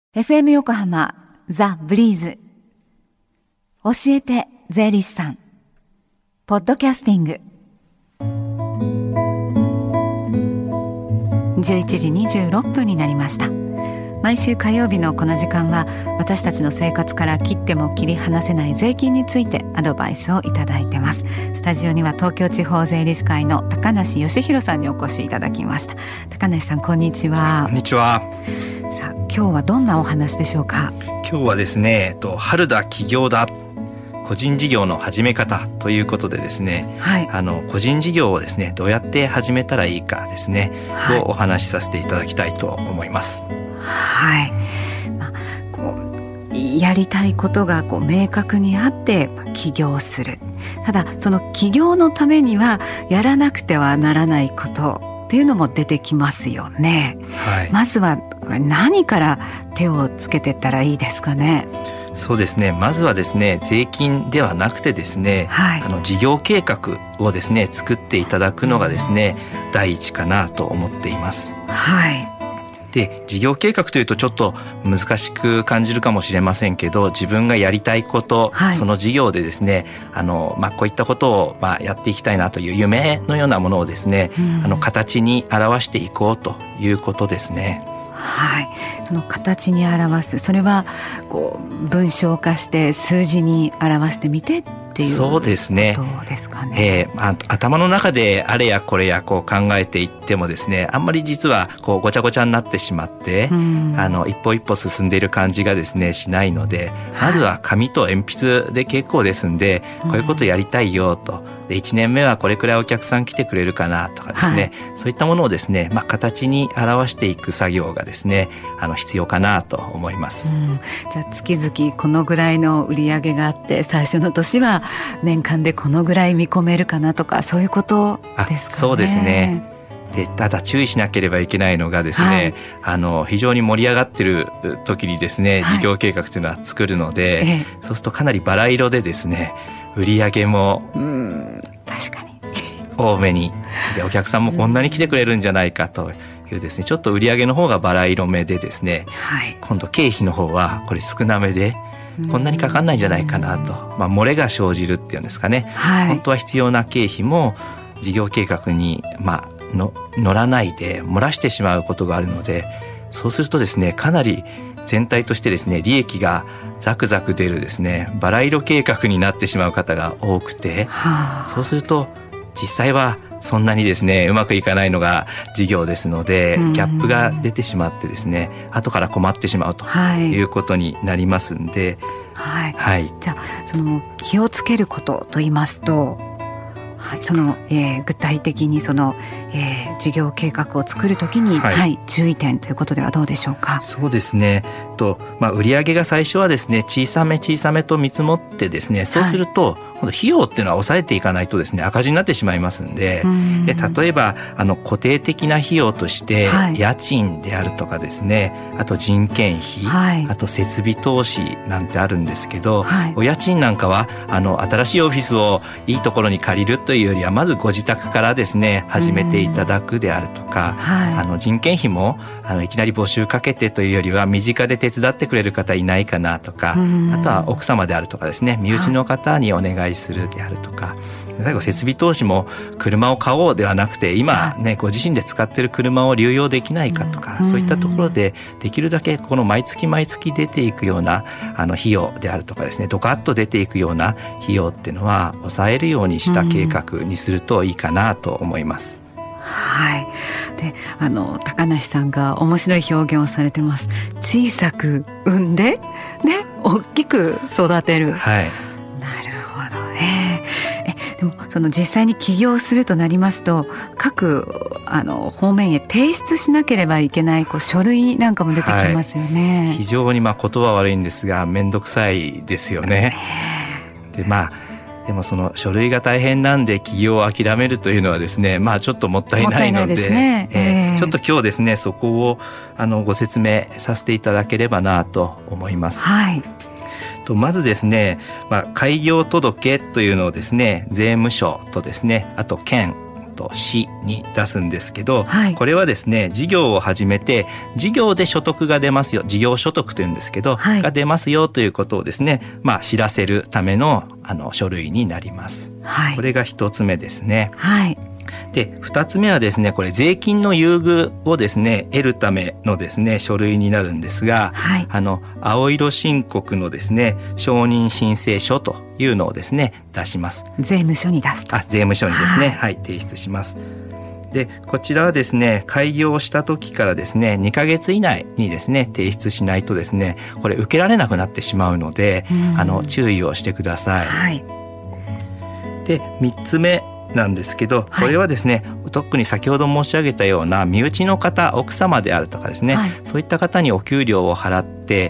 FM 横浜ザ・ブリーズ教えて税理士さんポッドキャスティング11時26分になりました。毎週火曜日のこの時間は私たちの生活から切っても切り離せない税金についてアドバイスをいただいてます。スタジオには東京地方税理士会の高梨義弘さんにお越しいただきました。高梨さん、こんにちは。 こんにちは。 さあ、今日はどんなお話でしょうか。 今日はですね、春だ起業だ個人事業の始め方ということでですね、はい、個人事業をですねどうやって始めたらいいかですね、はい、をお話しさせていただきたいと思います。 はい、やりたいことが明確にあって起業する。ただその起業のためにはやらなくてはならないことっていうのも出てきますよね。はい、まずはこれ何から手をつけていったらいいですかね。 そうですね、まずはですね税金ではなくてですね、はい、事業計画をですね作っていただくのがですね、第一かなと思っています。はい。で、事業計画というとちょっと難しく感じるかもしれませんけど、自分がやりたいこと、はい、その事業でですねこういったことをやっていきたいなという夢のようなものをですね、形に表していこうということですね。 はい、その形に表す、それは文章化して数字に表してみてっていうことですかね。 頭の中であれやこれや考えていってもですね、あんまり実はごちゃごちゃになってしまって、一歩一歩進んでいる感じがですねしないので、まずは紙と鉛筆で結構ですんで、こういうことやりたいよと、で1年目はこれくらいお客さん来てくれるかなとかですね、はい、そういったものをですね、形に表していく作業がですね必要かなと思います。 じゃあ月々このぐらいの売り上げがあって、最初の年は年間でこのぐらい見込めるかなとか、そういうことですかね。 そうですね。で、ただ注意しなければいけないのがですね、はい、非常に盛り上がってる時にですね、事業計画というのは作るので、そうするとかなりバラ色でですね、売り上げも確かに多めにで、お客さんもこんなに来てくれるんじゃないかというですね、ちょっと売り上げの方がバラ色目でですね、はい、今度経費の方はこれ少なめでこんなにかかんないんじゃないかなと、漏れが生じるっていうんですかね、はい、本当は必要な経費も事業計画に乗らないで漏らしてしまうことがあるので、そうするとですね、かなり全体としてですね利益がザクザク出るですねバラ色計画になってしまう方が多くて、そうすると実際はそんなにですねうまくいかないのが事業ですので、ギャップが出てしまってですね後から困ってしまうということになりますんで、 はいはい、じゃあその気をつけることと言いますと、はい、その具体的にその、事業計画を作るときに、はいはい、注意点ということではどうでしょうか。 そうですね、売上が最初はですね小さめと見積もってですね、そうすると、今度費用っていうのは抑えていかないとですね赤字になってしまいますんで、例えば固定的な費用として、はい、家賃であるとかですね、あと人件費、はい、あと設備投資なんてあるんですけど、はい、お家賃なんかは新しいオフィスをいいところに借りるというよりはまずご自宅からですね始めていただくであるとか、はい、人件費もいきなり募集かけてというよりは身近で手伝ってくれる方いないかなとか、あとは奥様であるとかですね、身内の方にお願いするであるとか、最後設備投資も車を買おうではなくて、今ねご自身で使っている車を流用できないかとか、そういったところでできるだけこの毎月出ていくような費用であるとかですね、ドカッと出ていくような費用っていうのは抑えるようにした計画にするといいかなと思います。 はい。で、高梨さんが面白い表現をされてます。小さく産んで、ね、大きく育てる。はい。なるほどね。でもその実際に起業するとなりますと、各方面へ提出しなければいけない書類なんかも出てきますよね。 はい、非常に言葉は悪いんですがめんどくさいですよね。でもその書類が大変なんで起業を諦めるというのはですね、ちょっともったいないので、ちょっと今日ですねそこをご説明させていただければなと思います。はい。まずですね、開業届というのをですね税務署とですね、あと県と市に出すんですけど、 はい、 これはですね事業を始めて事業で所得が出ますよ、事業所得というんですけど、はい、が出ますよということをですね、知らせるための書類になります、はい、これが一つ目ですね。 はい、 で2つ目はですねこれ税金の優遇をですね得るためのですね書類になるんですが、 はい、 青色申告のですね承認申請書というのをですね出します。 税務署に出すと。 税務署にですね、はい、提出します。でこちらはですね開業した時からですね2ヶ月以内にですね提出しないとですねこれ受けられなくなってしまうので、注意をしてください。 はい、 で3つ目なんですけど、これはですね、特に先ほど申し上げたような身内の方、奥様であるとかですね、そういった方にお給料を払って、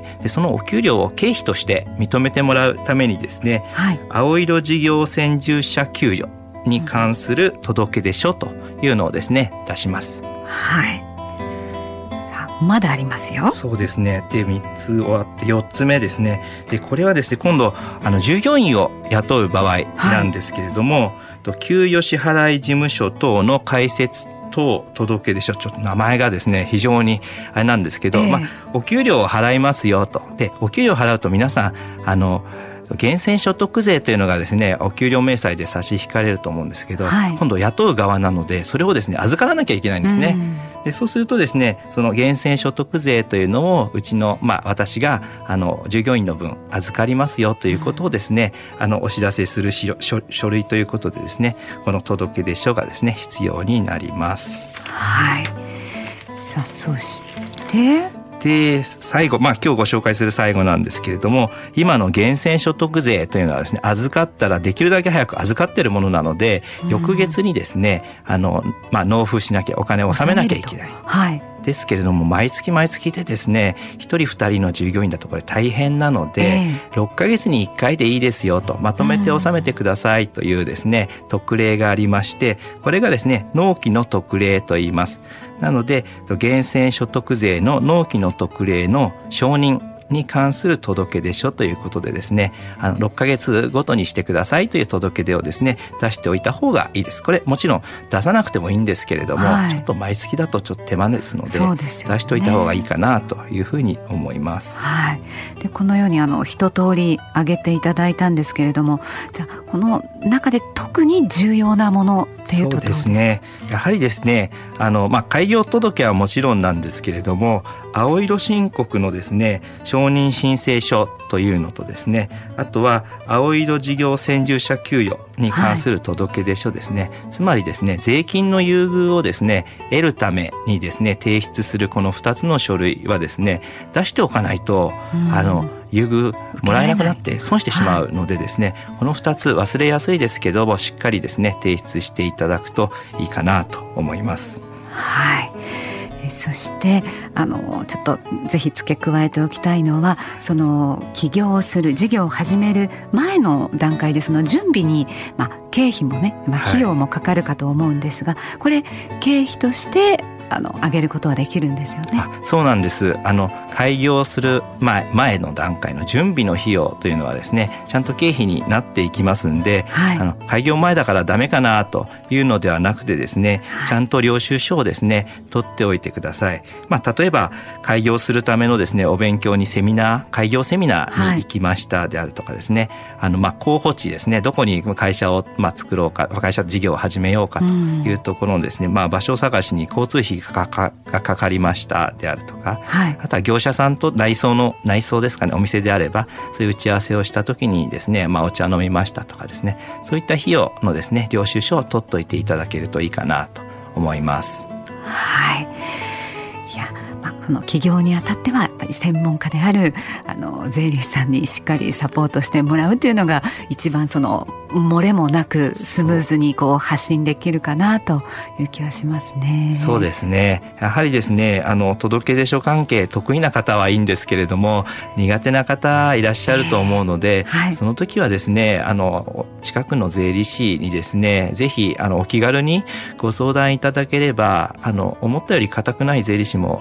でそのお給料を経費として認めてもらうためにですね、青色事業専従者給与に関する届出書というのをですね出します。 はい。まだありますよ。 そうですね。で3つ終わって4つ目ですね。でこれはですね今度従業員を雇う場合なんですけれども、給与支払い事務所等の開設等届出書、ちょっと名前がですね非常にあれなんですけど、お給料を払いますよと。でお給料を払うと皆さん源泉所得税というのがですねお給料明細で差し引かれると思うんですけど、今度雇う側なのでそれをですね預からなきゃいけないんですね。でそうするとですねその源泉所得税というのをうちの、私が従業員の分預かりますよということをですねお知らせする書類ということでですねこの届出書がですね必要になります。 はい。さあそしてで最後、今日ご紹介する最後なんですけれども、今の源泉所得税というのはですね預かったらできるだけ早く預かっているものなので、翌月にですね納付しなきゃお金を納めなきゃいけない。 はい。 ですけれども毎月毎月でですね1人2人の従業員だとこれ大変なので、6ヶ月に1回でいいですよと、まとめて納めてくださいというですね特例がありまして、これがですね納期の特例と言います。なので源泉所得税の納期の特例の承認に関する届出書ということでですね6ヶ月ごとにしてくださいという届出をですね出しておいた方がいいです。これもちろん出さなくてもいいんですけれども、ちょっと毎月だとちょっと手間ですので、出しておいた方がいいかなというふうに思います。 はい。でこのように一通り挙げていただいたんですけれども、じゃあこの中で特に重要なものっていうとどうですか？ そうですね。やはりですね開業届はもちろんなんですけれども、青色申告のですね承認申請書というのとですね、あとは青色事業専従者給与に関する届出書ですね、つまりですね税金の優遇をですね得るためにですね提出するこの2つの書類はですね出しておかないと優遇もらえなくなって損してしまうのでですね、この2つ忘れやすいですけどもしっかりですね提出していただくといいかなと思います。 はい。そしてちょっとぜひ付け加えておきたいのは、その起業をする事業を始める前の段階でその準備に、経費もね、費用もかかるかと思うんですが、これ経費として上げることはできるんですよね。 そうなんです。開業する前の段階の準備の費用というのはですねちゃんと経費になっていきますんで、開業前だからダメかなというのではなくてですね、ちゃんと領収書をですね取っておいてください。例えば開業するためのですねお勉強に開業セミナーに行きましたであるとかですね、候補地ですね、どこに会社を作ろうか、会社事業を始めようかというところのですね、場所探しに交通費がかかりましたであるとか、あとは業者さんと内装ですかね、お店であればそういう打ち合わせをした時にですね、お茶飲みましたとかですね、そういった費用のですね領収書を取っておいていただけるといいかなと思います。 はい。いや、この起業にあたってはやっぱり専門家である税理士さんにしっかりサポートしてもらうというのが一番漏れもなくスムーズに発信できるかなという気はしますね。 そうですね。やはりですね届出書関係得意な方はいいんですけれども苦手な方いらっしゃると思うので、その時はですね近くの税理士にですねぜひお気軽にご相談いただければ思ったより固くない税理士もいますん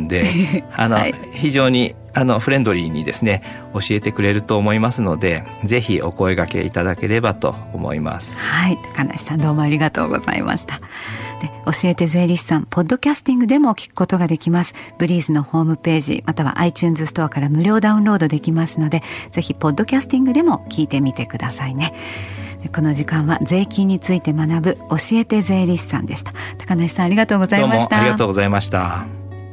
んではい、非常にフレンドリーにですね教えてくれると思いますので、ぜひお声掛けいただければと思います。 はい、高梨さんどうもありがとうございました。で、教えて税理士さん、ポッドキャスティングでも聞くことができます。ブリーズのホームページまたは iTunes ストアから無料ダウンロードできますので、ぜひポッドキャスティングでも聞いてみてくださいね。この時間は税金について学ぶ教えて税理士さんでした。高梨さんありがとうございました。 どうもありがとうございました。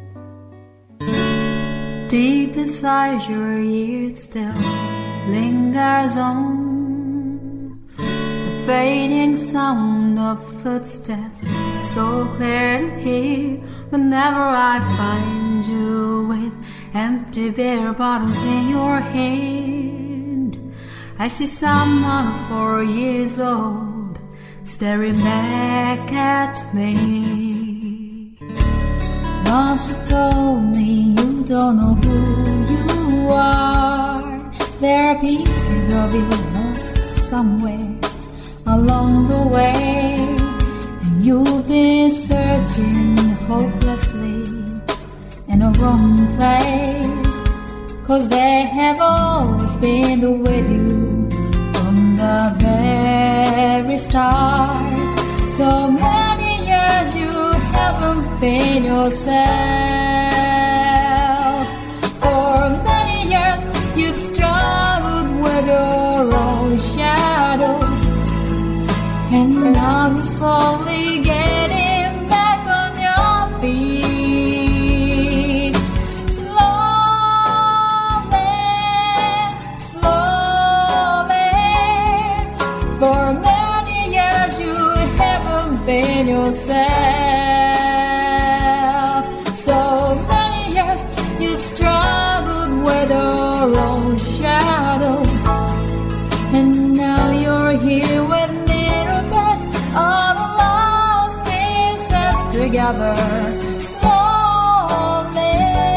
Deep inside your ears still lingers on the fading sound of footsteps, so clear to hear whenever I find you with empty beer bottles in your hand. I see someone 4 years old staring back at me. Once you told me you don't know who you are. There are pieces of you lost somewhere along the way, and you've been searching hopelessly in a wrong place, 'cause they have always been with you from the very start. So many years you haven't been yourself. For many years you've struggled with your own shadow, and now you're slowly getting back on your feet. Slowly, slowly. For many years you haven't been yourself. So many years you've struggled with your own shadow, and now you're here with me to put all the lost pieces together. Slowly,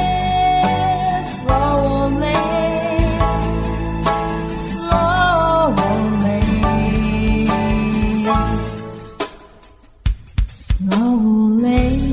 slowly, slowly, slowly.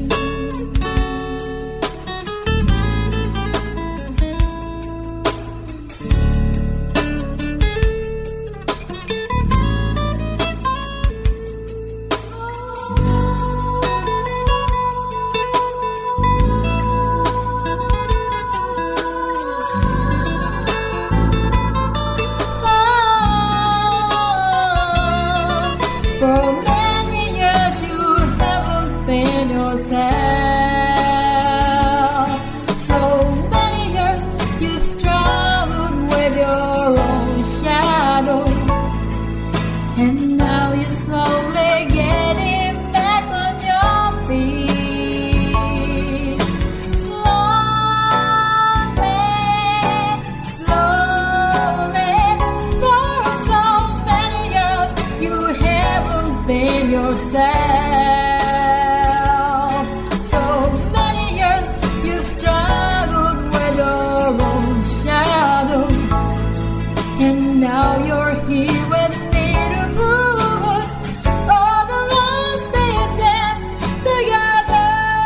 For many years you haven't been yourself. So many years you've struggled with your own shadow, and now you're slowly getting back on your feet. Slowly, slowly. For so many years you haven't been yourself. So many years you've struggled with your own shadow, and now you're here with me to put all the lost pieces together.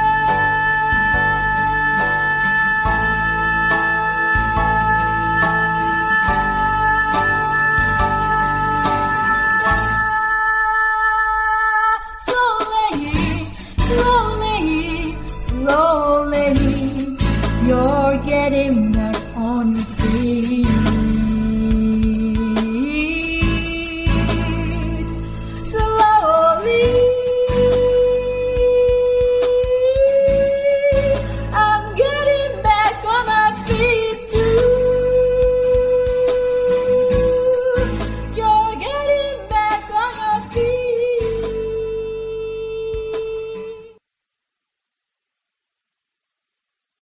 Slowly, slowly, slowly, you're getting back on your